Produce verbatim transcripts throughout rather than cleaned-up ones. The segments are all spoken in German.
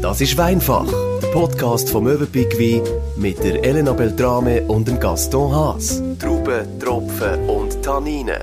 Das ist Weinfach, der Podcast vom Mövenpick Wein mit der Elena Beltrame und dem Gaston Haas. Trauben, Tropfen und Tanninen.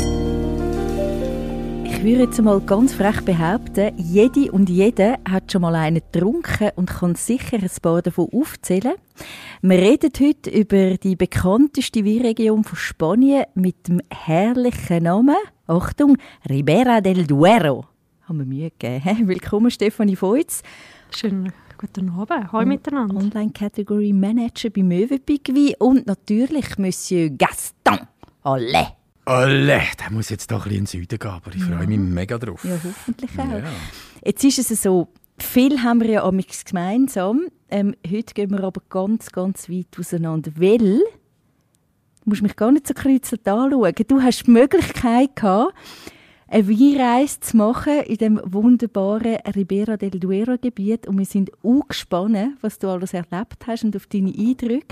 Ich würde jetzt mal ganz frech behaupten, jede und jeder hat schon mal einen getrunken und kann sicher ein paar davon aufzählen. Wir reden heute über die bekannteste Weinregion von Spanien mit dem herrlichen Namen, Achtung, Ribera del Duero. Haben wir Mühe gegeben. Willkommen, Stefanie Feutz. Schönen guten Abend. Hallo miteinander. Online-Category Manager bei Mövenpick Wein und natürlich Monsieur Gaston Olé. Olé, der muss jetzt doch ein bisschen in den Süden gehen, aber ich freue mich mega drauf. Ja, hoffentlich auch. Ja. Jetzt ist es so, viel haben wir ja amigs gemeinsam. Ähm, heute gehen wir aber ganz, ganz weit auseinander. Weil, du musst mich gar nicht so kreuzelt anschauen, du hast die Möglichkeit gehabt, eine Weinreise zu machen in dem wunderbaren Ribera del Duero-Gebiet. Und wir sind auch gespannt, was du alles erlebt hast und auf deine Eindrücke.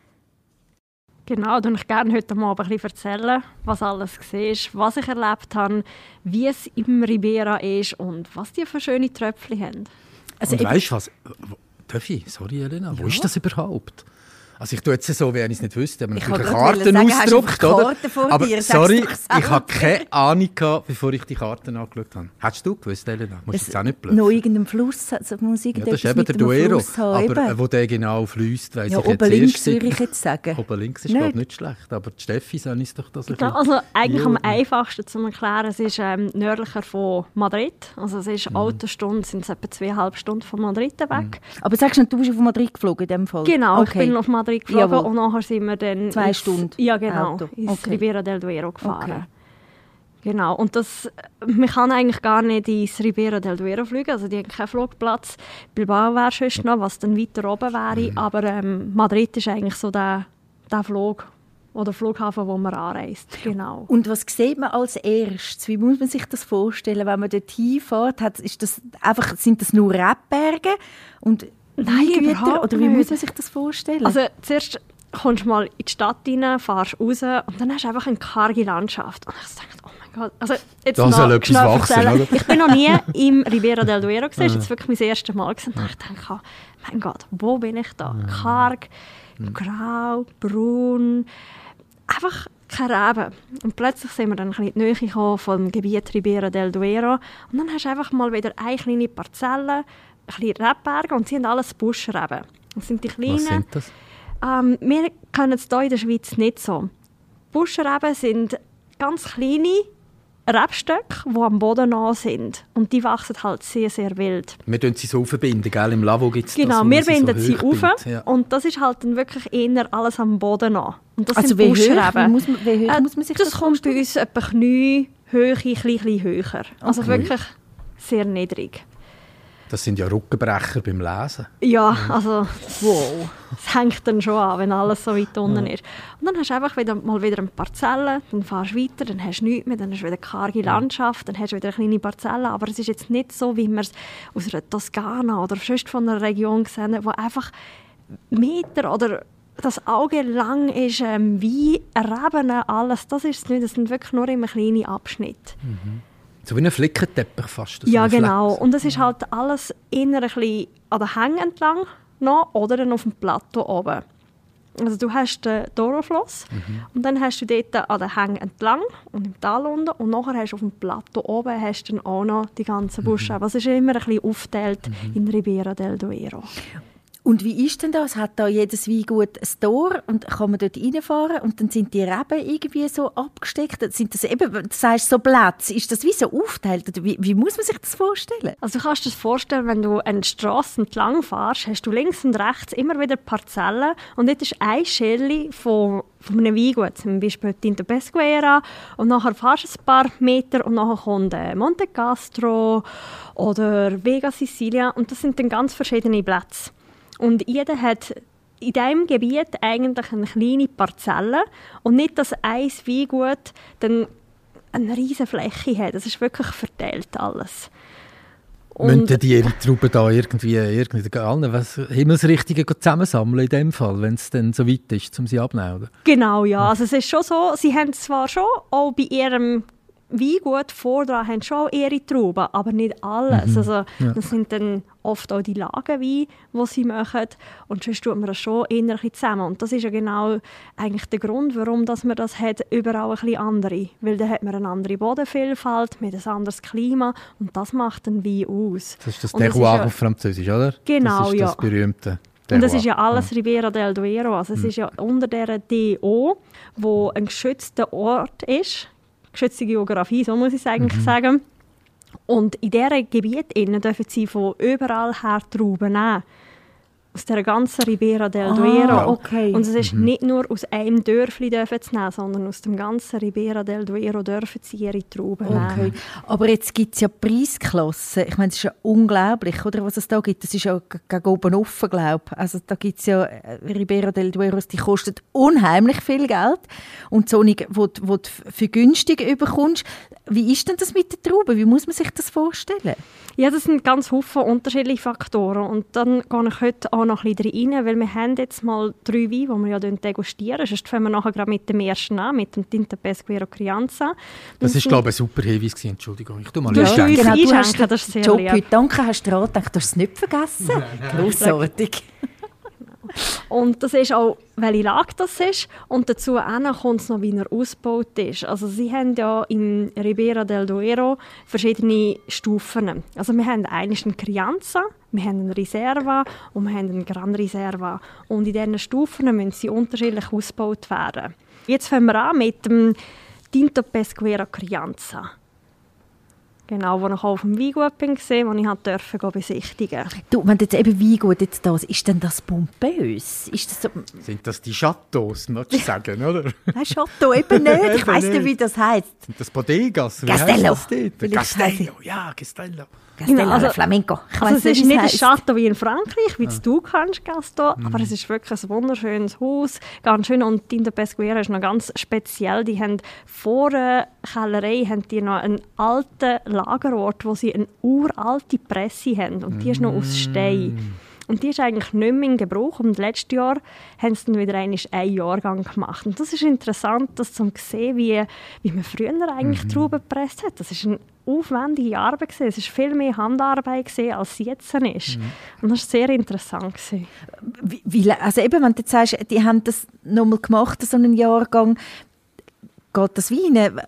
Genau, und ich gerne heute Abend ein bisschen erzählen, was alles war, was ich erlebt habe, wie es im Ribera ist und was die für schöne Tröpfchen haben. Also und weißt du was? Darf ich? Sorry, Elena. Wo ja. ist das überhaupt? Also ich tue jetzt so, wie ich es nicht wüsste, aber natürlich Karten ausgedruckt, oder? Aber dir, sorry, ich habe keine Ahnung gehabt, bevor ich die Karten angeschaut habe. Hättest du gewusst, Elena? Musst du jetzt auch nicht blöffen. Noch irgendeinem Fluss, also muss ja, das ist eben der Duero, aber äh, wo der genau fließt, weiss ja, ich jetzt links würde ich jetzt sagen. Oben links ist, glaube ich, nicht schlecht, aber die Steffi soll uns doch das ja, Also eigentlich am einfachsten zu erklären, es ist ähm, nördlicher von Madrid, also es ist mhm. Autostunde, sind es etwa zweieinhalb Stunden von Madrid weg. Mhm. Aber sagst du, du bist von Madrid geflogen in dem Fall? Genau, okay. Ich bin auf Madrid geflogen Jawohl. Und nachher sind wir dann zwei ins, Stunden ja genau Auto. ins okay. Ribera del Duero gefahren. Okay. Genau, und das, man kann eigentlich gar nicht ins Ribera del Duero fliegen, also die haben keinen Flugplatz. Bilbao wäre sonst noch, was dann weiter oben wäre, mhm. aber ähm, Madrid ist eigentlich so der, der Flug oder Flughafen, wo man anreist. Genau. Und was sieht man als erstes? Wie muss man sich das vorstellen, wenn man dort hinfährt? Hat, ist das einfach, sind das nur Rebberge und Nein, Weingüter, oder wie muss man sich das vorstellen? Also zuerst kommst du mal in die Stadt rein, fährst raus und dann hast du einfach eine karge Landschaft. Und ich dachte, oh mein Gott. Also jetzt da soll etwas wachsen, oder? Ich bin noch nie im Ribera del Duero gewesen. Das war jetzt wirklich mein erstes Mal gewesen. Und ich dachte, mein Gott, wo bin ich da? Karg, grau, braun, einfach keine Reben. Und plötzlich sind wir dann ein bisschen in die Nähe gekommen vom Gebiet Ribera del Duero. Und dann hast du einfach mal wieder eine kleine Parzelle, ein bisschen Rebberge und sie haben alles Buschreben. Das sind die kleinen. Was sind das? Ähm, wir kennen es hier in der Schweiz nicht so. Buschreben sind ganz kleine Rebstöcke, die am Boden nah sind. Und die wachsen halt sehr, sehr wild. Wir binden sie so verbinden, gell? Im Lavo gibt es das. Genau, wir binden sie, so sie auf. ja. Und das ist halt dann wirklich eher alles am Boden nah. Und das also sind wie Buschreben. Hoch? Wie muss man, wie hoch äh, muss man sich das das kommt vorstellen? bei uns etwa Knie, Höhe, ein bisschen höher. Also okay. wirklich sehr niedrig. Das sind ja Rückenbrecher beim Lesen. Ja, also wow. Es hängt dann schon an, wenn alles so weit unten ja. ist. Und dann hast du einfach wieder, mal wieder eine Parzelle, dann fährst du weiter, dann hast du nichts mehr, dann hast du wieder eine karge Landschaft, dann hast du wieder eine kleine Parzelle. Aber es ist jetzt nicht so, wie man es aus einer Toskana oder sonst von einer Region sehen, wo einfach Meter oder das Auge lang ist, ähm, wie Reben, alles. Das ist es nicht, das sind wirklich nur immer kleine Abschnitte. Mhm. So wie ein Flickenteppich fast. Ja, genau. Und es ist halt alles eher ein bisschen an den Hängen entlang noch oder dann auf dem Plateau oben. Also du hast den Douro-Fluss mhm. und dann hast du dort an den Hängen entlang und im Tal unten und nachher hast du auf dem Plateau oben hast du dann auch noch die ganzen Buschen. Mhm. Also es ist immer ein bisschen aufgeteilt mhm. in Ribera del Duero. Und wie ist denn das? Hat da jedes Weingut ein Tor und kann man dort reinfahren und dann sind die Reben irgendwie so abgesteckt? Sind das eben, du sagst so Plätze, ist das wie so aufgeteilt? Wie, wie muss man sich das vorstellen? Also du kannst dir das vorstellen, wenn du eine Strasse entlang fährst, hast du links und rechts immer wieder Parzellen und dort ist eine Schelle von, von einem Weingut, zum Beispiel Tinto Pesquera und nachher fährst du ein paar Meter und nachher kommt Monte Castro oder Vega Sicilia und das sind dann ganz verschiedene Plätze. Und jeder hat in diesem Gebiet eigentlich eine kleine Parzelle und nicht, dass ein Weingut dann eine riesige Fläche hat. Das ist wirklich verteilt alles. Müssen die ihre Trauben da irgendwie, irgendwie allen was Himmelsrichtungen zusammensammeln in dem Fall, wenn es dann so weit ist, um sie abzunehmen? Genau, ja. Also es ist schon so, sie haben zwar schon auch bei ihrem Weingut vordran haben schon ihre Trauben, aber nicht alles. Mhm. Also, ja. das sind dann oft auch die Lagenweine, die sie machen. Und sonst tut man das schon eher zusammen. Und das ist ja genau eigentlich der Grund, warum dass man das hat, überall ein bisschen andere. Weil dann hat man eine andere Bodenvielfalt, mit ein anderes Klima und das macht den Wein aus. Das ist das Terroir ja, auf Französisch, oder? Genau, das ist ja. das berühmte Terroir. Und das ist ja alles ja. Ribera del Duero. Also es mhm. ist ja unter der D O, wo ein geschützter Ort ist. Geschützte Geografie, so muss ich es eigentlich mhm. sagen. Und in diesem Gebiet dürfen sie von überall her Trauben nehmen. Aus der ganzen Ribera del Duero. Ah, okay. Und es ist mhm. nicht nur aus einem Dörfli dürfen zu nehmen, sondern aus dem ganzen Ribera del Duero dürfen sie ihre Trauben okay. nehmen. Aber jetzt gibt es ja Preisklassen. Ich meine, es ist ja unglaublich, oder, was es da gibt. Das ist ja gegen oben offen, glaube ich. Also da gibt es ja Ribera del Duero, die kostet unheimlich viel Geld. Und so eine, die du für günstig bekommst. Wie ist denn das mit den Trauben? Wie muss man sich das vorstellen? Ja, das sind ganz viele unterschiedliche Faktoren. Und dann gehe ich heute auch noch ein bisschen rein, weil wir haben jetzt mal drei Weine, die wir ja degustieren. Sonst fangen wir nachher gerade mit dem ersten an, mit dem Tinto Pesquero Crianza. Das war, glaube ich, ein super Hinweis gewesen. Entschuldigung, ich tue mal ja, ja, genau, du hast das sehr Job lieb. Heute. Danke, hast du gedacht, du hast es nicht vergessen. Grossartig. Und das ist auch, welche Lage das ist. Und dazu kommt es noch, wie er ausgebaut ist. Also sie haben ja in Ribera del Duero verschiedene Stufen. Also wir haben eigentlich einen Crianza, wir haben einen Reserva und wir haben einen Gran Reserva. Und in diesen Stufen müssen sie unterschiedlich ausgebaut werden. Jetzt fangen wir an mit dem Tinto Pesquero Crianza. Genau, wo ich auf dem Weingut bin, wo ich halt durfte besichtigen. Du, wenn jetzt eben Weingut jetzt da ist, ist denn das pompös? Ist das so? Sind das die Chateaus, möchtest du sagen, oder? Nein, Chateau eben nicht. Ich weiss nicht, wie das heisst. Sind das Bodegas? Wie Castello. heisst das dort? Castello, ja, Castello. Castello, genau, also, Flamenco. Ich also weiss es ist nicht, nicht ein heisst. Chateau wie in Frankreich, wie ah. du kannst, Gaston, mhm. aber es ist wirklich ein wunderschönes Haus, ganz schön. Und Tinto Pesquero ist noch ganz speziell. Die haben vor der Kellerei haben die noch einen alten Lagerort, wo sie eine uralte Presse haben und die ist noch aus Stein. Und die ist eigentlich nicht mehr in Gebrauch. Und letztes Jahr haben sie dann wieder einen Jahrgang gemacht. Und das ist interessant, das zu sehen, wie, wie man früher eigentlich mhm. Trauben gepresst hat. Das ist eine aufwendige Arbeit. Es war viel mehr Handarbeit, als es jetzt ist. Mhm. Und das war sehr interessant. Wie, wie, also eben, wenn du jetzt sagst, die haben das nochmal gemacht, so einen Jahrgang, geht das Wein?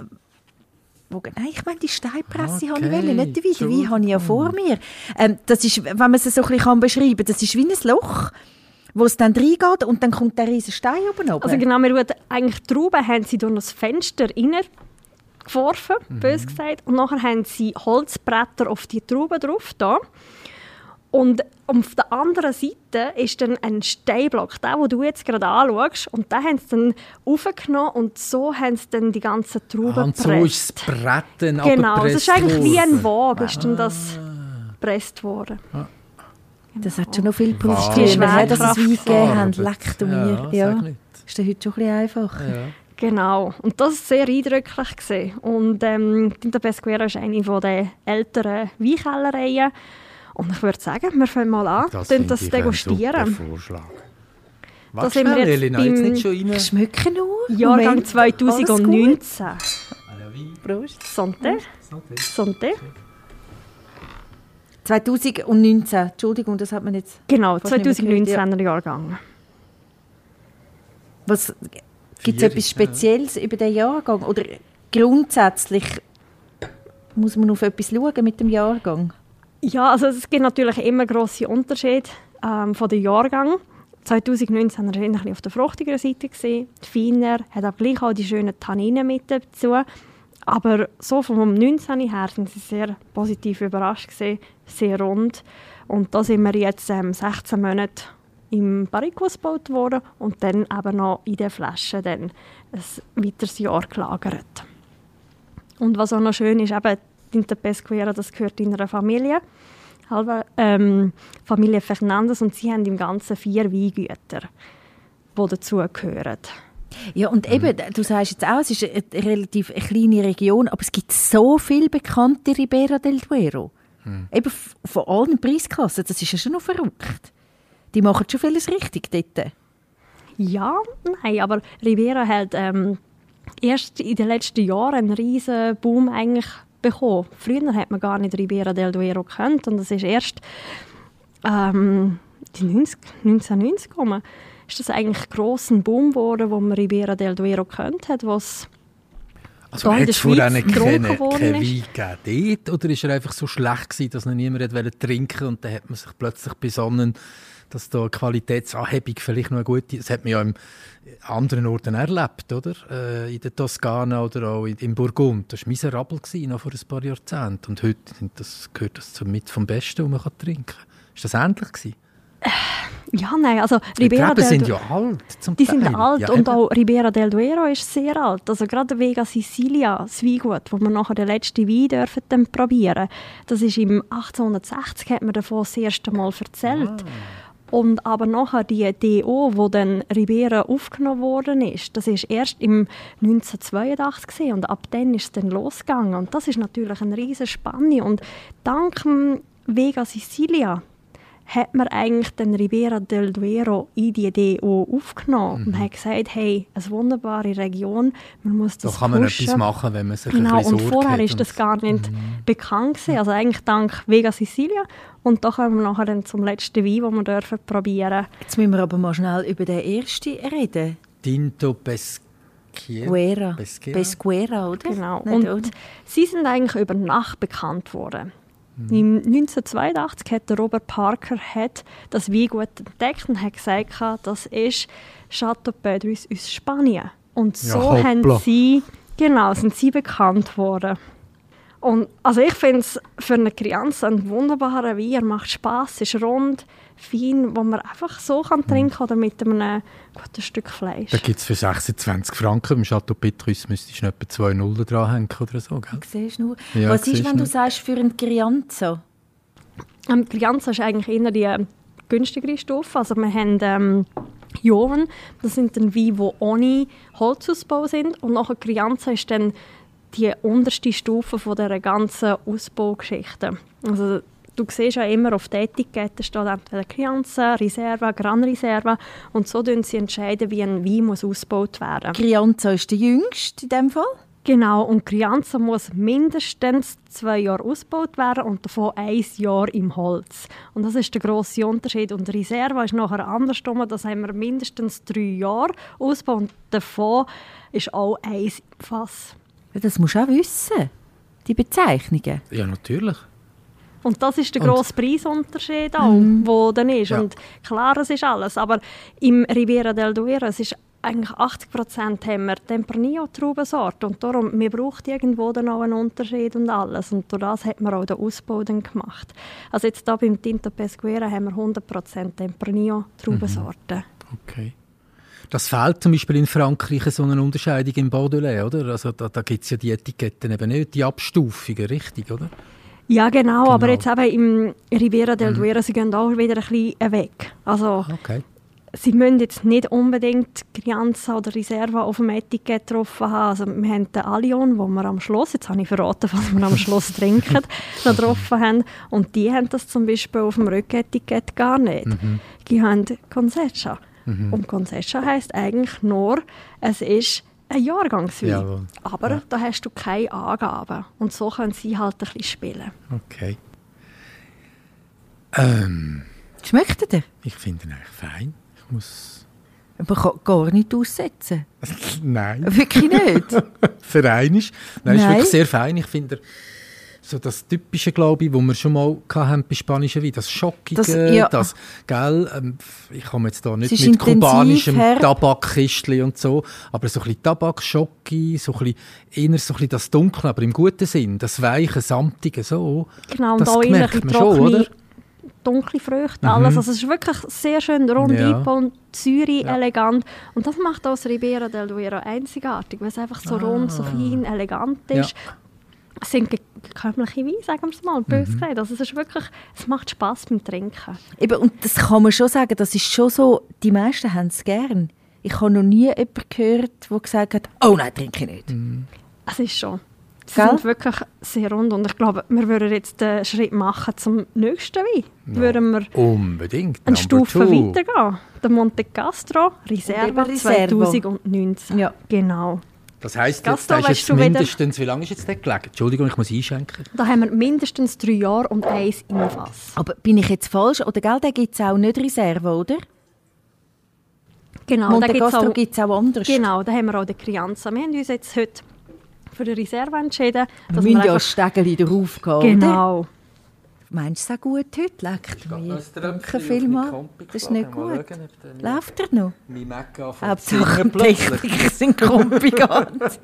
Nein, ich meine, die Steinpresse okay. habe ich wollen, nicht den Wein. Den Wein habe ich ja vor mir. Ähm, das ist, wenn man es so ein bisschen beschreiben kann, das ist wie ein Loch, wo es dann reingeht und dann kommt der riesige Stein oben runter. Also genau, wir wollten eigentlich die Trauben haben sie durch das Fenster reingeworfen, mhm. bös gesagt, und nachher haben sie Holzbretter auf die Trauben drauf da. Und auf der anderen Seite ist dann ein Steinblock, der, den du jetzt gerade anschaust. Und den haben sie dann aufgenommen und so haben sie dann die ganzen Trauben ah, und gepresst. so ist das Bretten genau, es ist eigentlich worden. wie ein Wagen, ist dann das gepresst worden. Ah. Das hat schon noch viel gebraucht, weil wir das Wein gegeben haben. Leck du mir. Ja, ja. Ist dann heute schon ein bisschen einfacher. Ja. Genau. Und das war sehr eindrücklich gewesen. Und ähm, Tinto Pesquero ist eine der älteren Weinkellereien. Und ich würde sagen, wir fangen mal an, das, das degustieren. Ein super Vorschlag. Da sind wir jetzt Elena, beim jetzt nicht schon rein. Schmücken nur. Jahrgang zwanzig neunzehn. Prost. Santé. Santé. zwanzig neunzehn. Entschuldigung, das hat man jetzt... Genau, zwanzig neunzehn ja. Jahrgang. Was, gibt es etwas Spezielles ja. über den Jahrgang? Oder grundsätzlich muss man auf etwas schauen mit dem Jahrgang? Ja, also es gibt natürlich immer grosse Unterschiede ähm, von den Jahrgängen. zwanzig neunzehn war er ein bisschen auf der fruchtigeren Seite, feiner, hat aber gleich auch die schönen Tanninen mit dazu. Aber so vom neunzehn her sind sie sehr positiv überrascht gewesen, sehr rund. Und da sind wir jetzt ähm, sechzehn Monate im Barrique gebaut worden und dann eben noch in den Flaschen dann ein weiteres Jahr gelagert. Und was auch noch schön ist, eben Tinto Pesquero, das gehört in einer Familie, halbe, ähm, Familie Fernandes, und sie haben im Ganzen vier Weingüter, die dazugehören. Ja, und eben, du sagst jetzt auch, es ist eine relativ kleine Region, aber es gibt so viele bekannte Ribera del Duero. Hm. Eben von allen Preisklassen, das ist ja schon noch verrückt. Die machen schon vieles richtig dort. Ja, nein, aber Ribera hat ähm, erst in den letzten Jahren einen riesen Boom eigentlich bekommen. Früher hat man gar nicht Ribera del Duero gekannt und das ist erst ähm, die neunzehnhundertneunzig herum, ist das eigentlich gross ein Boom geworden, wo man Ribera del Duero kennt hat, was also hat es vorher nicht keinen Wein gegeben dort, oder ist er einfach so schlecht gewesen, dass noch niemand wollte trinken und dann hat man sich plötzlich besonnen, dass da eine Qualitätsanhebung vielleicht noch eine gute... Das hat man ja an anderen Orten erlebt, oder? Äh, in der Toskana oder auch in Burgund. Das war miserabel gewesen, noch vor ein paar Jahrzehnten. Und heute das, gehört das zum mit vom Besten, was man kann trinken kann. Ist das ähnlich gewesen? Ja, nein, also Ribera die del sind ja alt. Zum die Teil. sind alt ja, und eben. auch Ribera del Duero ist sehr alt. Also gerade Vega Sicilia, das Weingut, wo wir nachher den letzten Wein dürfen dann probieren. Das ist im achtzehnhundertsechzig, hat man davon das erste Mal erzählt. Ah. Und aber nachher die D O, wo dann Ribera aufgenommen worden ist, das ist erst im neunzehnhundertzweiundachtzig gewesen, und ab dann ist es dann losgegangen. Und das ist natürlich eine riesige Spanne. Und dank dem Vega Sicilia hat man eigentlich den Ribera del Duero in die D O aufgenommen mhm. und hat gesagt, hey, eine wunderbare Region, man muss das Da kann man pushen. etwas machen, wenn man sich genau, ein bisschen und vorher hat ist das gar nicht mhm. bekannt gewesen. Also eigentlich dank Vega Sicilia. Und da kommen wir nachher dann zum letzten Wein, den wir dürfen probieren. Jetzt müssen wir aber mal schnell über den ersten reden. Tinto Pesquera. Pesquera, Pesquera, oder? Genau. Nicht, und oder? sie sind eigentlich über Nacht bekannt worden. Mhm. Im neunzehnhundertzweiundachtzig hat der Robert Parker hat das Weingut entdeckt und hat gesagt, das ist Chateau Pedris aus Spanien. Und so ja, haben sie, genau, sind sie bekannt worden. Und also ich finde es für eine Crianza ein wunderbarer Wein. Er macht Spass, ist rund, fein, wo man einfach so kann trinken kann oder mit einem guten Stück Fleisch. Da gibt es für sechsundzwanzig Franken im Chateau Petrus müsstest du etwa zwei Nullen dranhängen oder so, gell? Siehst du nur. Ja, was ist, wenn nur. du sagst, für einen Crianza? Ähm, Crianza ist eigentlich eher die äh, günstigere Stufe. Also wir haben ähm, Joven, das sind dann Weine, die ohne Holzausbau sind. Und nachher Crianza ist dann die unterste Stufe von dieser ganzen Ausbaugeschichte. Also du siehst ja immer auf der Etikette steht entweder Crianza, Reserva, Gran Reserva und so entscheiden sie entscheiden, wie ein Wein muss ausgebaut werden muss. Crianza ist der jüngste in diesem Fall? Genau, und Crianza muss mindestens zwei Jahre ausgebaut werden und davon ein Jahr im Holz. Und das ist der grosse Unterschied. Und Reserva ist nachher andersrum, das haben wir mindestens drei Jahre ausgebaut und davon ist auch ein Fass. Das musst du auch wissen, die Bezeichnungen. Ja, natürlich. Und das ist der grosse Preisunterschied auch, mm. wo dann ist. Ja. Und klar, es ist alles. Aber im Ribera del Duero, es ist eigentlich achtzig Prozent haben wir Tempranillo-Traubensorte. Und darum, man braucht irgendwo dann auch einen Unterschied und alles. Und durch das hat man auch den Ausbau dann gemacht. Also jetzt hier beim Tinto Pesquera haben wir hundert Prozent Tempranillo-Traubensorte. Mhm. Okay. Das fehlt zum Beispiel in Frankreich so eine Unterscheidung im Beaujolais, oder? Also da, da gibt es ja die Etiketten eben nicht, die Abstufungen, richtig, oder? Ja, genau, genau. Aber jetzt eben im Ribera del Duero, mhm. sie gehen auch wieder ein bisschen weg. Also, okay. Sie müssen jetzt nicht unbedingt Crianza oder Reserva auf dem Etikett drauf haben. Also wir haben den Allion, den wir am Schluss, jetzt habe ich verraten, was wir am Schluss trinken, noch drauf haben. Und die haben das zum Beispiel auf dem Rücketikett gar nicht. Mhm. Die haben Concecha. Mhm. Und Concecha heisst eigentlich nur, es ist ein Jahrgangswein. Jawohl. Aber ja. da hast du keine Angaben. Und so können sie halt ein bisschen spielen. Okay. Ähm, Schmeckt er dir? Ich finde ihn eigentlich fein. Ich muss... Aber kann gar nicht aussetzen. Nein. Wirklich nicht? Für einen ist. Nein, Nein. ist wirklich sehr fein. Ich finde so das Typische, glaube ich, was wir schon mal hatten bei spanischen Wein, das Schockige, das, ja. das gell, ähm, ich komme jetzt da nicht mit kubanischem Tabakkistli und so, aber so ein bisschen Tabak-Schocki, so ein bisschen, eher so ein bisschen das Dunkle, aber im guten Sinn, das weiche, samtige, so. Genau, das und auch merkt man schon, oder? Dunkle Früchte, alles. Mhm. Also es ist wirklich sehr schön rund ja. eingebaut, Säure, ja. elegant. Und das macht auch das Ribera del Duero einzigartig, weil es einfach so ah. rund, so fein, elegant ist. Ja. Es sind bekömmliche Weine, sagen wir es mal, böse mhm. gesagt. Also es ist wirklich, es macht Spass beim Trinken. Eben, und das kann man schon sagen, das ist schon so, die meisten haben es gern. Ich habe noch nie jemanden gehört, der gesagt hat, oh nein, trinke ich nicht. Mhm. Es ist schon. Sie Gell? Sind wirklich sehr rund und ich glaube, wir würden jetzt den Schritt machen zum nächsten Wein. Ja, würden wir unbedingt. eine Stufe two. weitergehen. Der Monte Castro Reserva Reserva. zwanzig neunzehn. Ja. Genau. Das heisst, jetzt, da ist jetzt mindestens, wie lange ist jetzt der gelegen? Entschuldigung, ich muss einschenken. Da haben wir mindestens drei Jahre und eins im Fass. Aber bin ich jetzt falsch? Oder gell, da gibt es auch nicht Reserve, oder? Genau, Monte Castro gibt es auch anders. Genau, da haben wir auch den Crianza. Wir haben uns jetzt heute für die Reserve entschieden. Wir müssen ja Stegeli drauf gehen, genau. Oder? Meinst du es auch gut heute? Leckt mich. Danke vielmals. Das ist nicht gut. Läuft er noch? Mein Mecca von Hauptsache die Techniker sind Kompigat.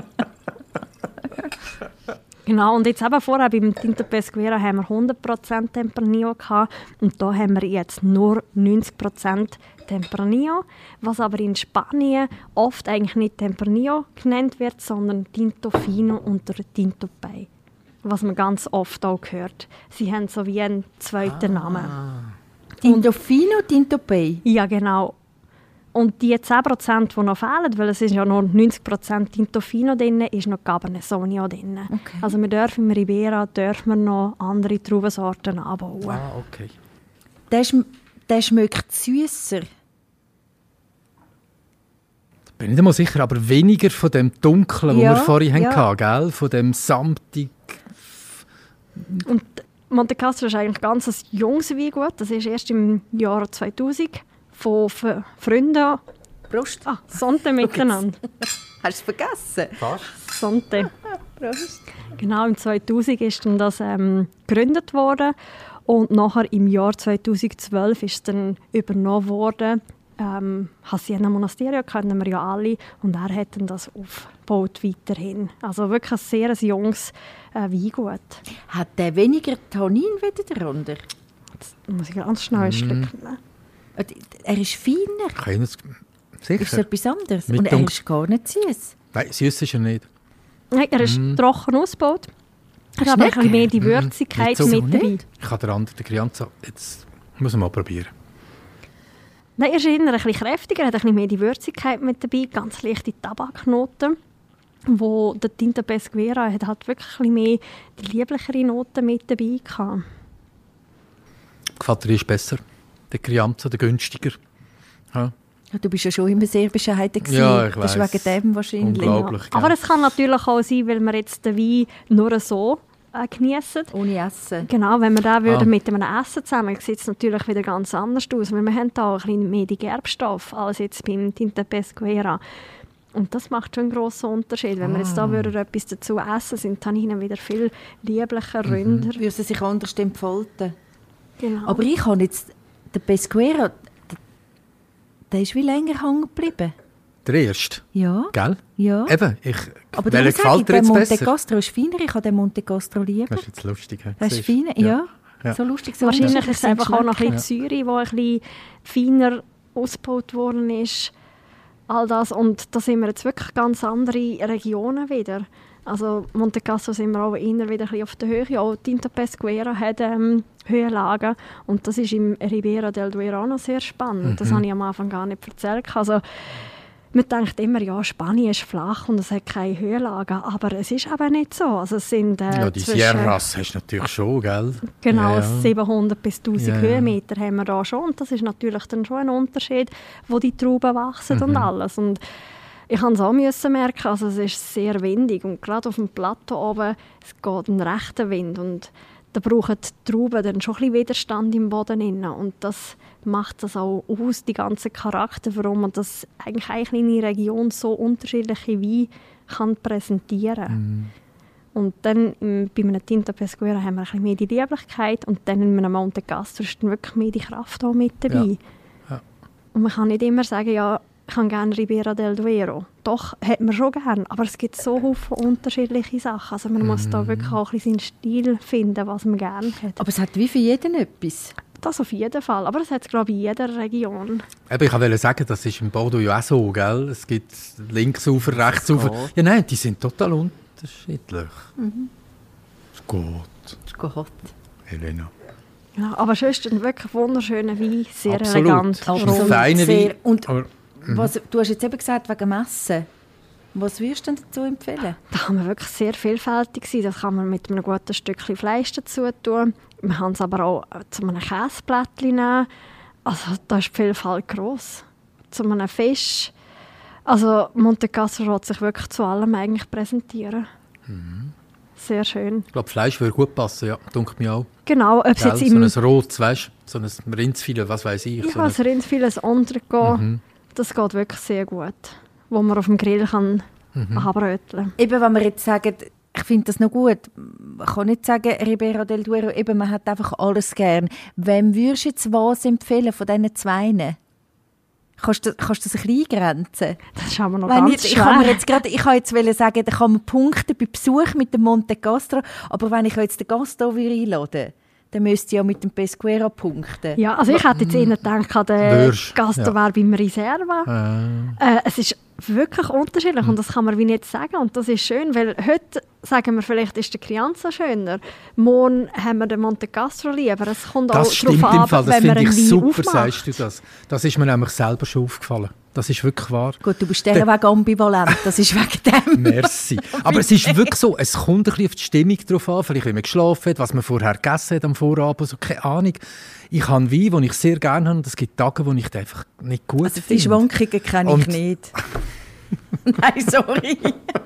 Genau, und jetzt eben vorher beim Tinto Pesquera haben wir hundert Prozent Tempranillo gehabt und da haben wir jetzt nur neunzig Prozent Tempranillo, was aber in Spanien oft eigentlich nicht Tempranillo genannt wird, sondern Tinto Fino oder Tinto Pay, was man ganz oft auch hört. Sie haben so wie einen zweiten ah. Namen. Tinto Fino, Tinto Pay? Ja, genau. Und die zehn Prozent, die noch fehlen, weil es ist ja noch neunzig Prozent Tinto Fino drin, ist noch Cabernet Sauvignon drin. Okay. Also wir dürfen im Ribera dürfen wir noch andere Traubensorten anbauen. Ah, okay. Der, sch der schmeckt süsser. Bin nicht einmal sicher, aber weniger von dem Dunklen, ja, das wir vorhin ja. hatten, gell? Von dem samtig. Und Monte Castro ist eigentlich ganz ein junges Weingut. Das ist erst im Jahr zweitausend von F Freunden. Prost. Ah, Sonte miteinander. Hast du es vergessen? Fast. Sonte. Prost. Genau, im zweitausend ist dann das ähm, gegründet worden und nachher im Jahr zweitausendzwölf ist es dann übernommen worden. Ähm, Hacienda Monasterio kennen wir ja alle und er hat dann das aufgebaut weiterhin. Also wirklich ein sehr ein junges äh, Weingut. Hat der weniger Tannin wie der andere? Jetzt muss ich ganz schnell ein Mm. Stück nehmen. Er ist feiner. Keines. Sicher. Ist etwas anderes? Mit und er Dunk- ist gar nicht süß. Nein, süß ist er nicht. Nein, er ist Mm. trocken ausgebaut. Er hat aber ein bisschen mehr die Würzigkeit Nicht so mit dabei. nicht. Ich habe den anderen, den Crianza, jetzt muss ich mal probieren. Nein, er ist eher ein bisschen kräftiger, er hat ein bisschen mehr die Würzigkeit mit dabei, ganz leichte Tabaknoten. Wo der Tinto Pesquera hat halt wirklich ein bisschen mehr die lieblichere Noten mit dabei gehabt. Gefällt dir ist besser, der Crianza, der günstiger. Ja. Ja, du bist ja schon immer sehr bescheiden gewesen. Ja, ich Das weiss. ist wegen dem wahrscheinlich. Unglaublich. Ja. Aber es kann natürlich auch sein, weil wir jetzt den Wein nur so äh, genießen. Ohne Essen. Genau, wenn wir den würden Ah. mit einem Essen zusammen, sieht es natürlich wieder ganz anders aus, weil wir haben da auch ein bisschen mehr die Gerbstoffe als jetzt beim Tinto Pesquera. Und das macht schon einen grossen Unterschied. Wenn wir jetzt da würden etwas dazu essen, sind Tanninen wieder viel lieblicher, ründer. Würde sie sich anders entfalten. Genau. Aber ich habe jetzt den Pesquera, der, der ist wie länger hängen geblieben. Der erste, Ja. gell? Ja. Eben, ich, Aber welcher darum sage ich, gefällt dir der jetzt Monte besser? Castro ist feiner. Ich habe den Monte Castro lieber. Das ist jetzt lustig. he? Das ist Siehst du? feiner, ja. Ja. So lustig. So Wahrscheinlich unterschiedlich ist es einfach auch noch ein sind bisschen Säure, die ein bisschen feiner ausgebaut worden ist. All das. Und da sind wir jetzt wirklich ganz andere Regionen wieder. Also Monte Castro sind wir auch immer wieder ein bisschen auf der Höhe. Auch Tinto Pesquera hat ähm, Höhenlagen. Und das ist im Ribera del Duero auch noch sehr spannend. Mhm. Das habe ich am Anfang gar nicht erzählt. Also, man denkt immer, ja, Spanien ist flach und es hat keine Höhenlagen. Aber es ist eben nicht so. Also es sind, äh, Ja, die zwischen- Sierras hast du natürlich schon, gell? Genau, Ja, ja. siebenhundert bis tausend Ja, ja. Höhenmeter haben wir da schon. Und das ist natürlich dann schon ein Unterschied, wo die Trauben wachsen Mhm. und alles. Und ich musste es auch müssen merken, also es ist sehr windig. Und gerade auf dem Plateau oben, es geht ein rechter Wind. Und da brauchen die Trauben dann schon ein bisschen Widerstand im Boden rein. Und das macht das auch aus, die ganzen Charakter, warum man das eigentlich eine kleine Region so unterschiedliche Weine kann präsentieren kann. Mhm. Und dann ähm, bei einem Tinto Pesquera haben wir ein bisschen mehr die Lieblichkeit und dann in einem Monte Castro ist dann wirklich mehr die Kraft auch mit dabei. Ja. Ja. Und man kann nicht immer sagen, ja, ich habe gerne Ribera del Duero. Doch, hat man schon gerne, aber es gibt so viele unterschiedliche Sachen. Also man muss da wirklich auch ein bisschen seinen Stil finden, was man gerne hat. Aber es hat wie für jeden etwas. Das auf jeden Fall, aber es hat es, glaube ich, in jeder Region. Eben, ich wollte sagen, das ist im Bordeaux ja auch so, gell? Es gibt Linksufer, Rechtsufer. Ja, nein, die sind total unterschiedlich. Mhm. Ist gut, Das ist gut. Helena. Ja, aber sonst ein wirklich wunderschöner Wein, sehr Absolut. elegant. Ist ein Absolut. feiner Sehr. Wein. Und Aber, was, du hast jetzt eben gesagt, wegen Messen. Was würdest du denn dazu empfehlen? Da kann man wirklich sehr vielfältig sein. Das kann man mit einem guten Stückchen Fleisch dazu tun. Man kann es aber auch zu einem Käseblättchen nehmen. Also da ist die Vielfalt gross. Zu einem Fisch. Also Monte Castro lässt sich wirklich zu allem eigentlich präsentieren. Mhm. Sehr schön. Ich glaube, Fleisch würde gut passen, ja, denkt mir auch. Genau, ob es jetzt im... So ein Rotes, weißt du, so ein Rindsfilet, was weiß ich. Ja, so ein Rindsfilet, ein Entrecot, mhm. das geht wirklich sehr gut. Wo man auf dem Grill kann mhm. anbröteln. Eben, wenn wir jetzt sagen, ich finde das noch gut, ich kann nicht sagen, Ribera del Duero, eben, man hat einfach alles gern. Wem würdest du jetzt was empfehlen von diesen Zweien? Kannst du, kannst du das ein bisschen eingrenzen? Das ist aber noch Wenn ganz ich, schwer. Ich kann mir jetzt grad, ich kann jetzt sagen, da kann man punkten bei Besuch mit dem Monte Castro, aber wenn ich jetzt den Gasto einladen würde, dann müsste ich ja mit dem Pesquera punkten. Ja, also ich hätte jetzt eher gedacht, der Gasto ja. wäre beim Reserva. Äh. Äh, es ist wirklich unterschiedlich mhm. und das kann man wie nicht sagen und das ist schön, weil heute sagen wir vielleicht, ist der Crianza schöner. Morgen haben wir den Monte Castro lieber. Es kommt das auch stimmt darauf im an, Fall. Das wenn man finde einen ich Wein super, aufmacht. sagst du das. Das ist mir nämlich selber schon aufgefallen. Das ist wirklich wahr. Gut, du bist der Weg ambivalent, das ist wegen dem. Merci. Aber es ist wirklich so, es kommt ein bisschen auf die Stimmung drauf an, vielleicht wie man geschlafen hat, was man vorher gegessen hat am Vorabend, so, keine Ahnung. Ich habe Wein, den ich sehr gerne habe und es gibt Tage, wo ich den einfach nicht gut also finde. Die Schwankungen kenne ich und nicht. Nein, sorry.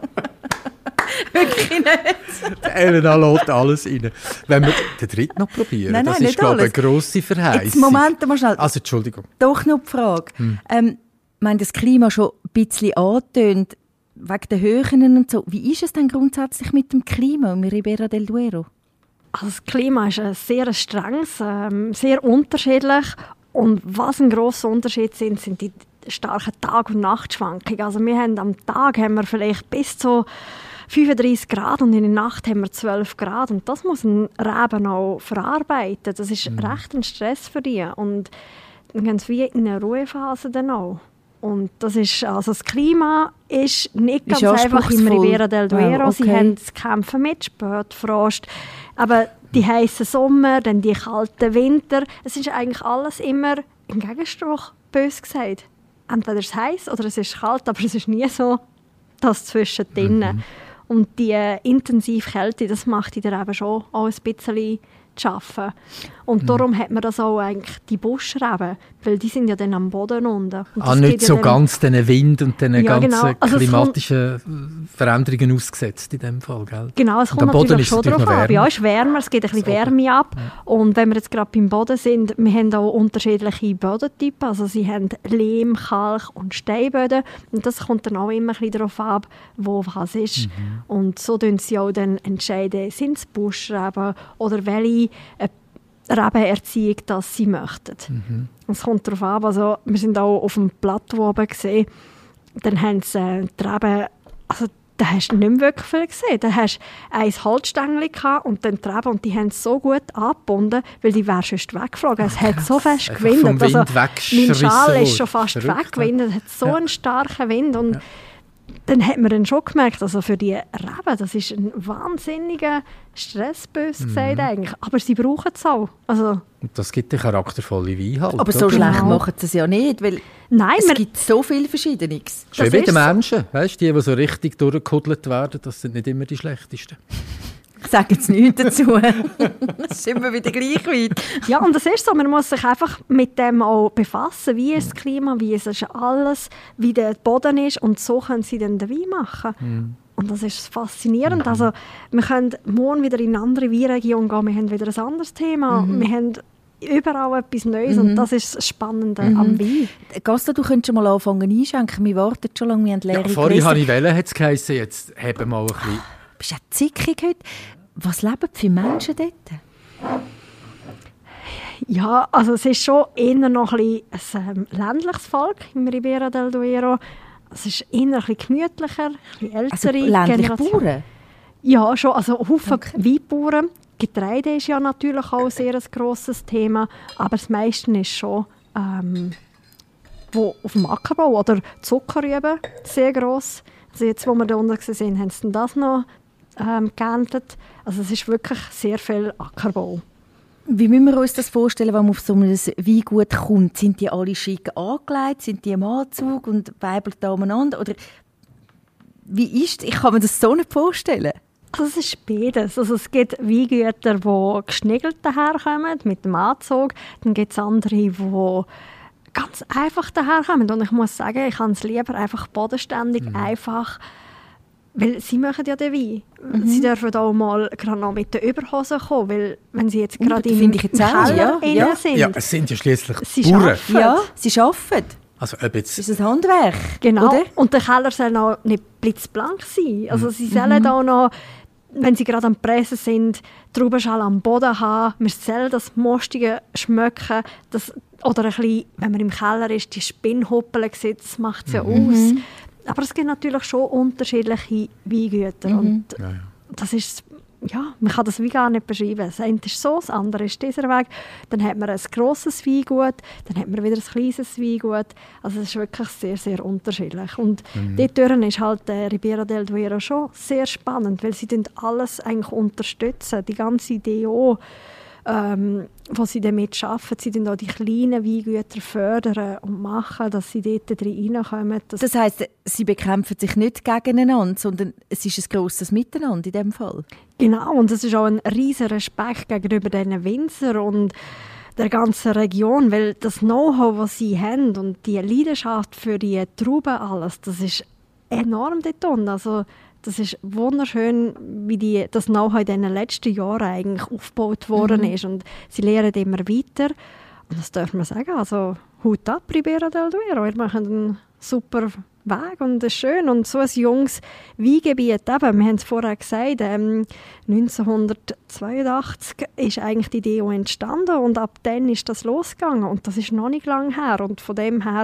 Wirklich nicht. Elena lässt alles rein. Wenn wir den dritten noch probieren, nein, nein, das ist, glaube ich, eine grosse Verheißung. Jetzt, Moment mal schnell. Also, Entschuldigung. Doch noch die Frage. Hm. Ähm, ich meine, das Klima schon ein bisschen angetönt, wegen der Höhen und so. Wie ist es denn grundsätzlich mit dem Klima im Ribera del Duero? Also das Klima ist ein sehr strenges, ähm, sehr unterschiedlich. Und was ein grosser Unterschied sind, sind die starken Tag- und Nachtschwankungen. Also wir haben am Tag haben wir vielleicht bis zu fünfunddreissig Grad und in der Nacht haben wir zwölf Grad. Und das muss ein Reben auch verarbeiten. Das ist mhm. recht ein Stress für die. Und dann gehen sie wie in eine Ruhephase dann auch. Und das ist, also das Klima ist nicht ganz ist einfach im Ribera del Duero. Oh, okay. Sie haben zu kämpfen mit Spätfrost. Aber die heißen Sommer, dann die kalten Winter. Es ist eigentlich alles immer im Gegenspruch, bös gesagt. Entweder es ist heiß oder es ist kalt, aber es ist nie so das zwischendrin. Mhm. Und die äh, intensive Kälte, das macht in der eben schon auch ein bisschen zu arbeiten. Und mhm. darum hat man das auch eigentlich, die Buschreben, weil die sind ja dann am Boden unten. Und ah, nicht so ja ganz den Wind und den ja, ganzen genau. also klimatischen kommt, Veränderungen ausgesetzt in dem Fall, gell? Genau, es kommt natürlich schon darauf an. Ja, es ist wärmer, es geht ein bisschen Wärme ab. Ja. Und wenn wir jetzt gerade beim Boden sind, wir haben auch unterschiedliche Bodentypen. Also sie haben Lehm, Kalk und Steinböden. Und das kommt dann auch immer ein bisschen darauf ab, wo was ist. Mhm. Und so entscheiden sie auch dann entscheiden, sind es Buschreben oder welche äh, Rebenerziehung das sie möchten. Mhm. Es kommt darauf an, also wir sind auch auf dem Plateau oben gesehen, dann haben sie äh, die Reben, also da hast du nicht mehr wirklich viel gesehen. Da hast du ein Holzstängel und dann die Reben und die haben es so gut angebunden, weil die wären sonst weggeflogen. Es hat so fest gewindet. Also, mein Schal ist schon fast weggewindet. Es hat so ja. einen starken Wind und ja. dann hat man dann schon gemerkt, also für die Reben, das ist ein wahnsinniger Stress, bös gesagt mhm. eigentlich. Aber sie brauchen es auch. Also, und das gibt eine charaktervolle Wein halt. Aber so oder? schlecht machen sie es ja nicht, weil Nein, es gibt so viel Verschiedenes. Schon wie die Menschen, weißt, die, die so richtig durchgekuddelt werden, das sind nicht immer die schlechtesten. Ich sage jetzt nichts dazu. Das ist immer wieder gleich weit. Ja, und das ist so, man muss sich einfach mit dem auch befassen. Wie ist das Klima, wie ist alles, wie der Boden ist und so können sie dann den Wein machen. Mhm. Und das ist faszinierend. Mhm. Also, wir können morgen wieder in eine andere Weinregion gehen, wir haben wieder ein anderes Thema. Mhm. Wir haben überall etwas Neues mhm. und das ist das Spannende mhm. am Wein. Gasto, du könntest schon mal anfangen einschenken. Wir warten schon lange, wir haben leere ja, vorhin habe ich wählen, hat es geheißen, jetzt haben wir mal ein bisschen... Bist du ja zickig heute? Was leben für Menschen dort? Ja, also es ist schon eher noch ein, bisschen ein ähm, ländliches Volk im Ribera del Duero. Es ist eher ein bisschen gemütlicher, ein bisschen ältere also ländliche Bauern? Ja, schon. Also Haufen okay. Weinbauern. Getreide ist ja natürlich auch sehr ein grosses Thema, aber das meiste ist schon ähm, wo auf dem Ackerbau oder Zuckerrüben sehr gross. Also jetzt, wo wir da unten sind, haben sie das noch ähm, geerntet. Also es ist wirklich sehr viel Ackerbau. Wie müssen wir uns das vorstellen, wenn man auf so ein Weingut kommt? Sind die alle schick angelegt? Sind die im Anzug und weibeln da umeinander? Oder wie ist das? Ich kann mir das so nicht vorstellen. Also es ist beides. Also es gibt Weingüter, die geschniegelt daherkommen mit dem Anzug. Dann gibt es andere, die ganz einfach daherkommen. Und ich muss sagen, ich habe es lieber einfach bodenständig, mhm. einfach, weil sie machen ja den Wein. Mhm. Sie dürfen auch mal gerade noch mit den Überhosen kommen, weil wenn sie jetzt gerade im, im Keller ja. ja. sind. Ja, es sind ja schliesslich sie Bauern. Arbeiten. Ja, sie arbeiten. Also, ob jetzt das ist ein Handwerk. Genau. Oder? Und der Keller soll noch nicht blitzblank sein. Also mhm. sie sollen auch noch, wenn sie gerade am Pressen sind, Traubenschale am Boden haben. Wir sollen das Mostige schmecken. Das, oder ein bisschen, wenn man im Keller ist, die Spinnhuppeln sieht, das macht es ja mhm. aus. Aber es gibt natürlich schon unterschiedliche Weingüter. Mhm. Und ja, ja. das ist, ja, man kann das wie gar nicht beschreiben. Das eine ist so, das andere ist dieser Weg. Dann hat man ein grosses Weingut, dann hat man wieder ein kleines Weingut. Also es ist wirklich sehr, sehr unterschiedlich. Und mhm. dort ist halt der Ribera del Duero schon sehr spannend, weil sie alles eigentlich unterstützen, die ganze Idee auch. Ähm, was sie damit arbeiten, sie dann auch die kleinen Weingüter fördern und machen, dass sie dort reinkommen. Das, das heisst, sie bekämpfen sich nicht gegeneinander, sondern es ist ein grosses Miteinander in diesem Fall? Genau, und es ist auch ein riesiger Respekt gegenüber diesen Winzern und der ganzen Region, weil das Know-how, das sie haben und die Leidenschaft für die Trauben alles, das ist enorm dort. Also das ist wunderschön, wie die, das Know-how in den letzten Jahren eigentlich aufgebaut worden mhm. ist. Und sie lernen immer weiter. Und das darf man sagen. Also Hut ab, Ribera del Duero. Ihr macht einen super Weg und es ist schön. Und so ein junges Weingebiet, eben, wir haben es vorher gesagt, ähm, neunzehnhundertzweiundachtzig ist eigentlich die Idee entstanden und ab dann ist das losgegangen. Und das ist noch nicht lange her. Und von dem her,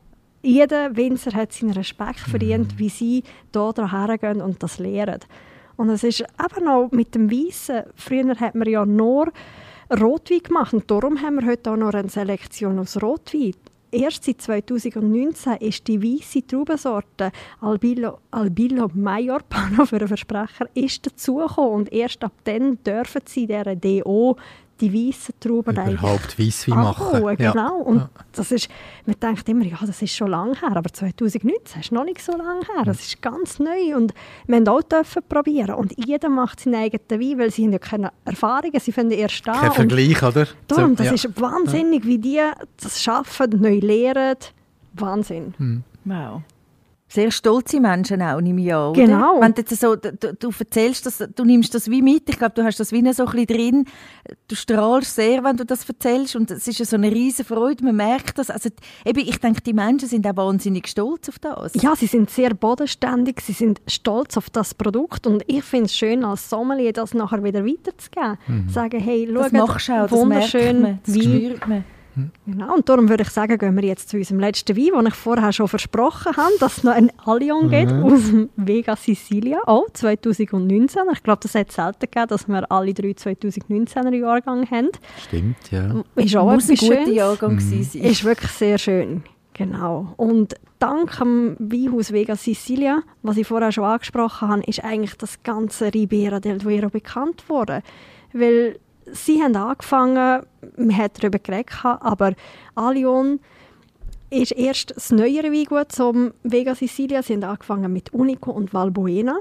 jeder Winzer hat seinen Respekt verdient, wie sie hier hergehen und das lernen. Und es ist eben auch mit dem Weissen. Früher hat man ja nur Rotwein gemacht und darum haben wir heute auch noch eine Selektion aus Rotwein. Erst seit zweitausendneunzehn ist die weisse Traubensorte Albillo, Albillo Maiorpano für einen Versprecher ist dazugekommen und erst ab dann dürfen sie dieser D O die weißen Trauben überhaupt Weisswein machen. Genau. Ja. Und ja. das ist, man denkt immer, ja, das ist schon lange her, aber zweitausendneunzehn ist noch nicht so lange her. Das ist ganz neu und wir haben auch dürfen probieren. Und jeder macht seinen eigenen Wein, weil sie haben ja keine Erfahrungen, sie finden erst da. Kein Vergleich, oder? Darum, das ja. ist wahnsinnig, wie die das schaffen, neu lernen. Wahnsinn. Hm. Wow. Sehr stolze Menschen auch, nehme ich an, oder? Genau. Wenn du, jetzt so, du, du erzählst, das, du nimmst das wie mit, ich glaube, du hast das wie so ein bisschen drin, du strahlst sehr, wenn du das erzählst und es ist ja so eine riesen Freude, man merkt das. Also, eben, ich denke, die Menschen sind auch wahnsinnig stolz auf das. Ja, sie sind sehr bodenständig, sie sind stolz auf das Produkt und ich finde es schön, als Sommelier das nachher wieder weiterzugeben. Mhm. Sagen, hey, schau, das machst du auch, wunderschön, das merkt man, das spürt man. Genau, und darum würde ich sagen, gehen wir jetzt zu unserem letzten Wein, den ich vorher schon versprochen habe, dass es noch ein Allion gibt mhm. aus dem Vega Sicilia, auch zweitausendneunzehn. Ich glaube, das hat es selten gegeben, dass wir alle drei zweitausendneunzehner Jahrgang haben. Stimmt, ja. Ist auch Muss ein guter Schönes. Jahrgang mhm. sein. Ist wirklich sehr schön, genau. Und dank dem Weinhaus Vega Sicilia, was ich vorher schon angesprochen habe, ist eigentlich das ganze Ribera del Duero bekannt worden, weil sie haben angefangen, man hat darüber geredet, aber Allion ist erst das neuere Weingut zum Vega Sicilia. Sie haben angefangen mit Unico und Valbuena.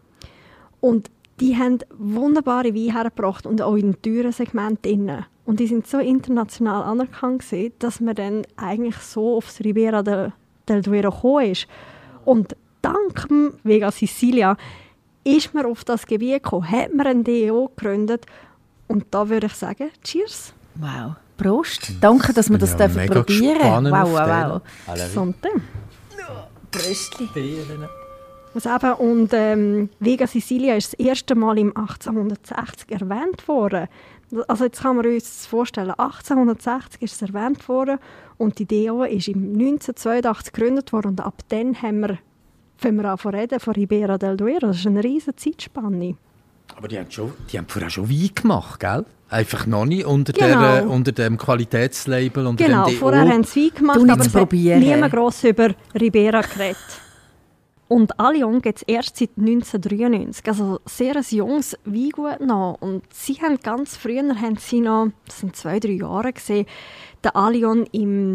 Und die haben wunderbare Weine hergebracht und auch in teuren Segmenten. Und die sind so international anerkannt gewesen, dass man dann eigentlich so aufs Ribera del, del Duero gekommen ist. Und dank dem Vega Sicilia ist man auf das Gebiet gekommen, hat man ein D O gegründet. Und da würde ich sagen, cheers. Wow. Prost. Danke, dass wir das ja dürfen probieren. Wow, wow, wow. Sonte. Prostli. Was eben, und ähm, Vega Sicilia ist das erste Mal im achtzehnhundertsechzig erwähnt worden. Also jetzt kann man uns vorstellen, achtzehnhundertsechzig ist es erwähnt worden und die D O ist im neunzehnhundertzweiundachtzig gegründet worden und ab dann haben wir, wenn wir anfangen reden, von Ribera del Duero. Das ist eine riesige Zeitspanne. Aber die haben, schon, die haben vorher schon Wein gemacht, gell? Einfach noch nicht unter, genau. der, unter dem Qualitätslabel, unter genau, dem D O. Vorher haben sie Wein gemacht, aber es hat niemand gross über Ribera geredet. Und Allion gibt es erst seit neunzehnhundertdreiundneunzig, also sehr ein junges Weingut noch. Und sie haben ganz früher, haben sie noch, das sind zwei, drei Jahre gesehen, den Allion im,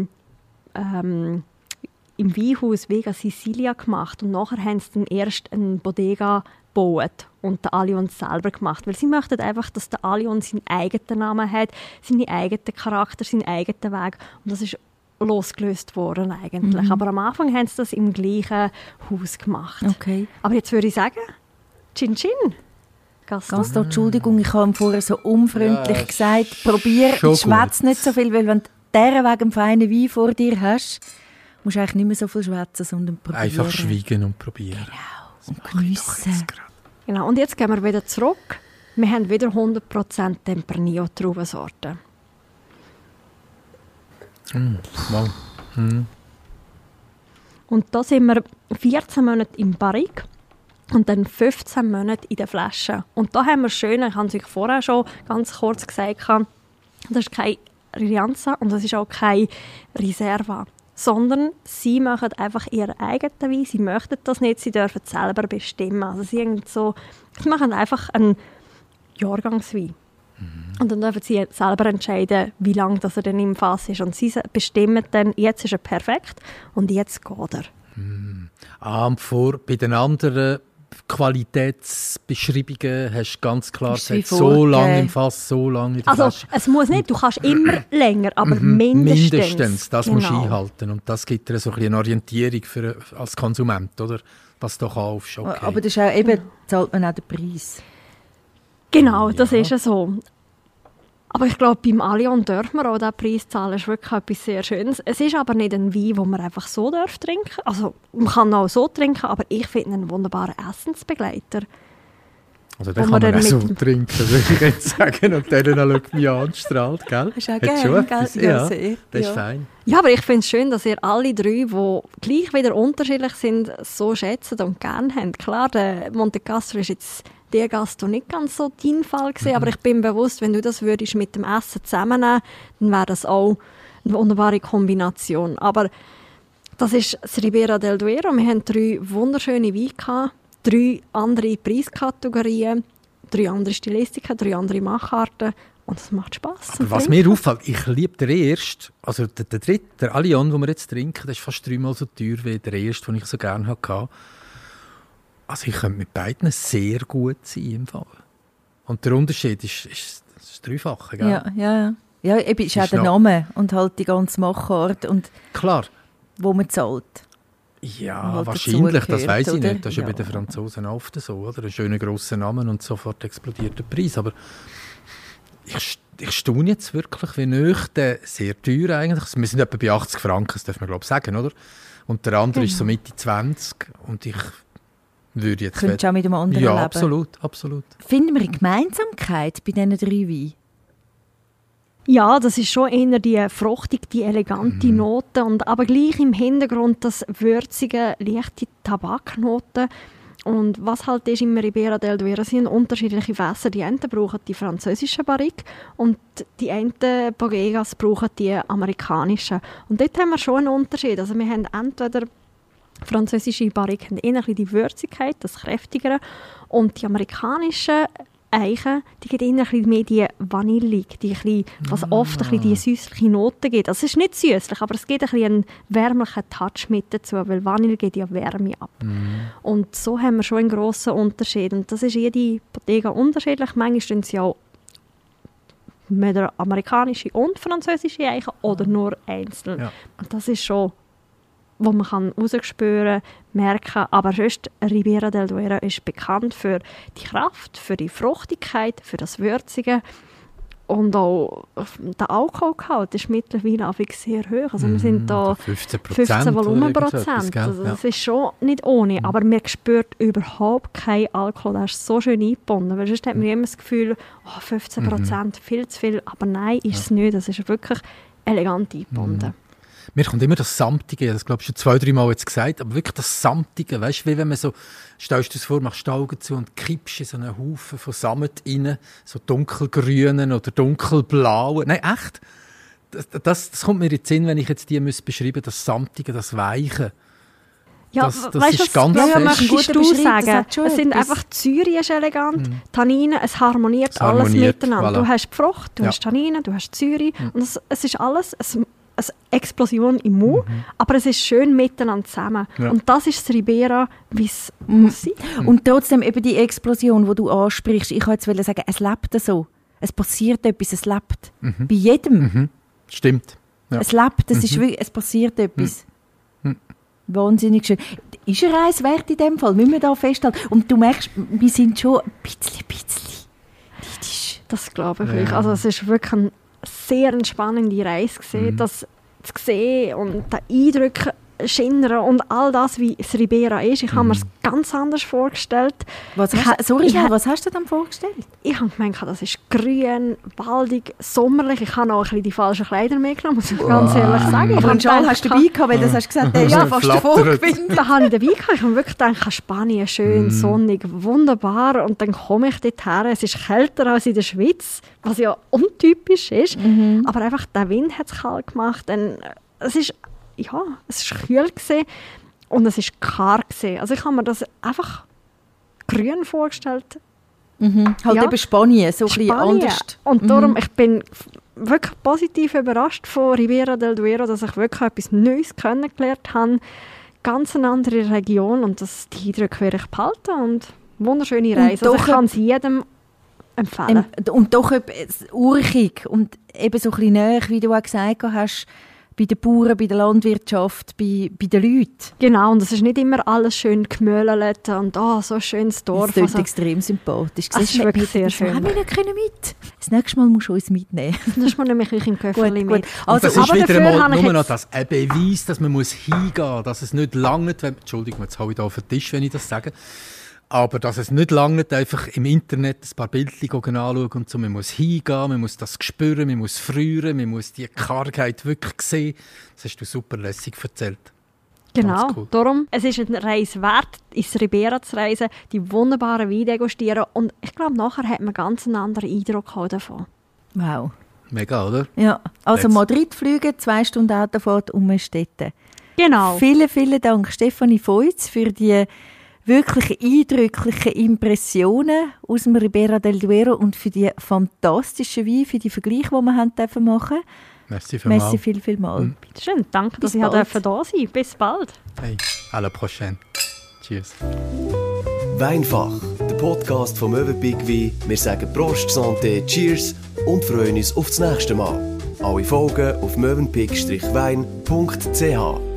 ähm, im Weinhaus Vega Sicilia gemacht. Und nachher haben sie dann erst eine Bodega gebaut und den Allion selber gemacht. Weil sie möchten einfach, dass der Allion seinen eigenen Namen hat, seinen eigenen Charakter, seinen eigenen Weg. Und das ist losgelöst worden eigentlich. Mhm. Aber am Anfang haben sie das im gleichen Haus gemacht. Okay. Aber jetzt würde ich sagen, Chin Chin. Gaston, Gaston, Entschuldigung, ich habe vorher so unfreundlich ja, gesagt, probier, schwätz nicht so viel, weil wenn du diesen Weg einen feinen Wein vor dir hast, musst du eigentlich nicht mehr so viel schwätzen, sondern probieren. Einfach schweigen und probieren. Genau, und geniessen. Genau, und jetzt gehen wir wieder zurück. Wir haben wieder hundert Prozent Tempranillo-Traubensorten. Mm, wow. Mm. Und da sind wir vierzehn Monate im Barrique und dann fünfzehn Monate in der Flasche. Und da haben wir schön, ich habe es euch vorher schon ganz kurz gesagt, das ist kein Rianza und das ist auch kein Reserva, sondern sie machen einfach ihren eigenen Wein, sie möchten das nicht, sie dürfen es selber bestimmen. Also sie, so, sie machen einfach einen Jahrgangswein. Mhm. Und dann dürfen sie selber entscheiden, wie lange das er denn im Fass ist. Und sie bestimmen dann, jetzt ist er perfekt und jetzt geht er. Mhm. Ah, und vor, bei den anderen Qualitätsbeschreibungen hast du ganz klar gesagt, so lange im Fass, so lange in der Also Flasche. es muss nicht, du kannst immer länger, aber mindestens. Mindestens, das genau. musst du einhalten. Und das gibt dir so ein bisschen eine Orientierung für, als Konsument, oder? Was du kaufst. Okay. Aber das ist auch, eben, zahlt man auch den Preis. Genau, das ja. ist ja so. Aber ich glaube, beim Allion dürfen wir auch diesen Preis zahlen. Das ist wirklich etwas sehr Schönes. Es ist aber nicht ein Wein, den man einfach so darf trinken. Also man kann auch so trinken, aber ich finde ihn einen wunderbaren Essensbegleiter. Also den kann man auch so trinken, würde ich jetzt sagen. Und der dann schaut mich an und strahlt, gell? Ist auch gern, gell? Ja, sehr. Das ist ja. fein. Ja, aber ich finde es schön, dass ihr alle drei, die gleich wieder unterschiedlich sind, so schätzen und gerne haben. Klar, der Monte Castro ist jetzt der Gaston nicht ganz so dein Fall gewesen, mhm. aber ich bin bewusst, wenn du das würdest mit dem Essen zusammennehmen, dann wäre das auch eine wunderbare Kombination. Aber das ist das Ribera del Duero. Wir haben drei wunderschöne Weine gehabt, drei andere Preiskategorien, drei andere Stilistiken, drei andere Macharten und es macht Spass. Aber was trinken. Mir auffällt, ich liebe den ersten, also der, der dritte, der Allion, den wir jetzt trinken, der ist fast dreimal so teuer wie der erste, den ich so gerne hatte. Also ich könnte mit beiden sehr gut sein im Fall. Und der Unterschied ist, ist, ist das Dreifache, gell? Ja, ja. Ja, eben ist, ist auch der Name und halt die ganze Machart und klar. Wo man zahlt. Ja, halt wahrscheinlich, das weiss ich oder? nicht. Das ist ja bei den Franzosen oft so, oder? Ein schöner grosser Name und sofort explodiert der Preis. Aber ich, ich staune jetzt wirklich, wie nahe der sehr teuer eigentlich. Wir sind etwa bei achtzig Franken, das darf man glaube ich sagen, oder? Und der andere genau. ist so Mitte zwanzig und ich würde jetzt... Könntest du auch mit einem anderen ja, leben? Ja, absolut, absolut. Finden wir eine Gemeinsamkeit bei diesen drei Weinen? Ja, das ist schon eher die fruchtige, die elegante mm. Note, und aber gleich im Hintergrund das würzige, leichte Tabaknoten. Und was halt ist im Ribera del Duero, sind unterschiedliche Fässer. Die einen brauchen die französischen Barrique und die einen Bodegas brauchen die amerikanischen. Und dort haben wir schon einen Unterschied. Also wir haben entweder französische Barrique haben eher die Würzigkeit, das Kräftigere, und die amerikanischen Eichen, die gibt eher mehr die Vanille, die bisschen, was oft ein bisschen die süßliche Note gibt. Also es ist nicht süßlich, aber es gibt ein bisschen einen wärmlichen Touch mit dazu, weil Vanille gibt ja Wärme ab. Mm. Und so haben wir schon einen grossen Unterschied. Und das ist jede Bodega unterschiedlich. Manchmal stehen sie auch mit amerikanische und französische Eichen oder nur einzeln. Ja. Und das ist schon, wo man kann rausspüren, merken. Aber sonst, Ribera del Duero ist bekannt für die Kraft, für die Fruchtigkeit, für das Würzige. Und auch der Alkoholgehalt ist mittlerweile sehr hoch. Also wir sind da fünfzehn fünfzehn Volumenprozent. Also das ist schon nicht ohne. Aber man spürt überhaupt keinen Alkohol. Das ist so schön eingebunden. Weil sonst hat man immer das Gefühl, oh, fünfzehn Prozent, mhm. viel zu viel. Aber nein, ist es ja. nicht. Das ist wirklich elegant eingebunden. Mhm. Mir kommt immer das Samtige, das glaube ich schon zwei, drei Mal jetzt gesagt, aber wirklich das Samtige, weißt du, wie wenn man so, stellst du es vor, machst die Augen zu und kippst in so einen Haufen von Samt rein, so dunkelgrünen oder dunkelblauen, nein, echt, das, das, das kommt mir in den Sinn, wenn ich jetzt die müsste beschreiben, das Samtige, das Weiche. Ja, das das weißt, ist ganz ja, fest. Möchtest du sagen, es sind einfach Zürich ist elegant, mm. Tanninen, es harmoniert, es harmoniert alles miteinander. Voilà. Du hast die Frucht, du ja. hast Tanninen, du hast Zürich mm. und es, es ist alles es, eine Explosion im Mund, mhm. aber es ist schön miteinander zusammen. Ja. Und das ist das Ribera, wie es mhm. muss sein. Und trotzdem eben die Explosion, die du ansprichst, ich wollte jetzt sagen, es lebt so. Es passiert etwas, es lebt. Mhm. Bei jedem. Mhm. Stimmt. Ja. Es lebt, es, mhm. ist wirklich, es passiert etwas. Mhm. Wahnsinnig schön. Ist eine Reise wert in dem Fall, müssen wir da festhalten. Und du merkst, wir sind schon ein bisschen, bisschen neidisch. Das glaube ich. Ja. Also es ist wirklich eine sehr entspannende Reise gewesen, mhm. das zu sehen und die Eindrücke schindern und all das, wie es Ribera ist. Ich mhm. habe mir es ganz anders vorgestellt. Was hast, ha, sorry, ich, was hast du dann vorgestellt? Ich habe gemeint, das ist grün, waldig, sommerlich. Ich habe auch ein bisschen die falschen Kleider mitgenommen, muss ich wow. ganz ehrlich sagen. Ich einen Schal hast du dabei gehabt, weil das hast du gesagt, der ist ja fast davor gewinnt. Da habe ich dabei gehabt. Ich habe wirklich gedacht, Spanien, schön, mm. sonnig, wunderbar. Und dann komme ich dort her. Es ist kälter als in der Schweiz, was ja untypisch ist. Mm-hmm. Aber einfach der Wind hat es kalt gemacht. Dann, es ist Ja, es war kühl und es war kalt. Also ich habe mir das einfach grün vorgestellt. Mhm. Halt ja. eben Spanien, so Spanien. ein bisschen anders. Und mhm. darum, ich bin wirklich positiv überrascht von Ribera del Duero, dass ich wirklich etwas Neues kennengelernt habe. Ganz eine andere Region und das, die Eindrücke werde ich behalten und wunderschöne Reise. Also ich kann es jedem empfehlen. Und doch etwas urchig und eben so ein bisschen näher, wie du auch gesagt hast, bei den Bauern, bei der Landwirtschaft, bei, bei den Leuten. Genau, und es ist nicht immer alles schön gemöllelt und oh, so ein schönes Dorf. Das ist also, extrem sympathisch. Das ist wirklich sehr schön. Haben wir nicht mit. Das nächste Mal musst du uns mitnehmen. Das nächste Mal nehme ich euch im Köfferli mit. Also, das ist wieder einmal nur noch das Beweis, dass man muss hingehen muss, dass es nicht langt, wenn... Entschuldigung, jetzt haue ich da auf den Tisch, wenn ich das sage. Aber dass es nicht langt, einfach im Internet ein paar Bildchen anschauen und so. Man muss hingehen, man muss das spüren, man muss frieren, man muss die Kargheit wirklich sehen. Das hast du super lässig erzählt. Genau, cool. Darum, es ist eine Reise wert, ins Ribera zu reisen, die wunderbaren Weine degustieren und ich glaube, nachher hat man ganz einen anderen Eindruck davon. Wow. Mega, oder? Ja, also Let's. Madrid fliegen, zwei Stunden Autofahrt um eine Städte. Genau. Vielen, vielen Dank, Stefanie Feutz, für die wirklich eindrücklichen Impressionen aus dem Ribera del Duero und für die fantastischen Weine, für die Vergleiche, die wir haben dürfen machen. Merci vielmals. Merci viel, viel mal. Mhm. Bitte schön, danke, dass Bis ich da sein durfte. Bis bald. Hey, à la prochaine. Cheers. Weinfach, der Podcast vom Mövenpick Wein. Wir sagen Prost, Santé, Cheers und freuen uns auf das nächste Mal. Alle Folgen auf mövenpick Strich wein Punkt c h.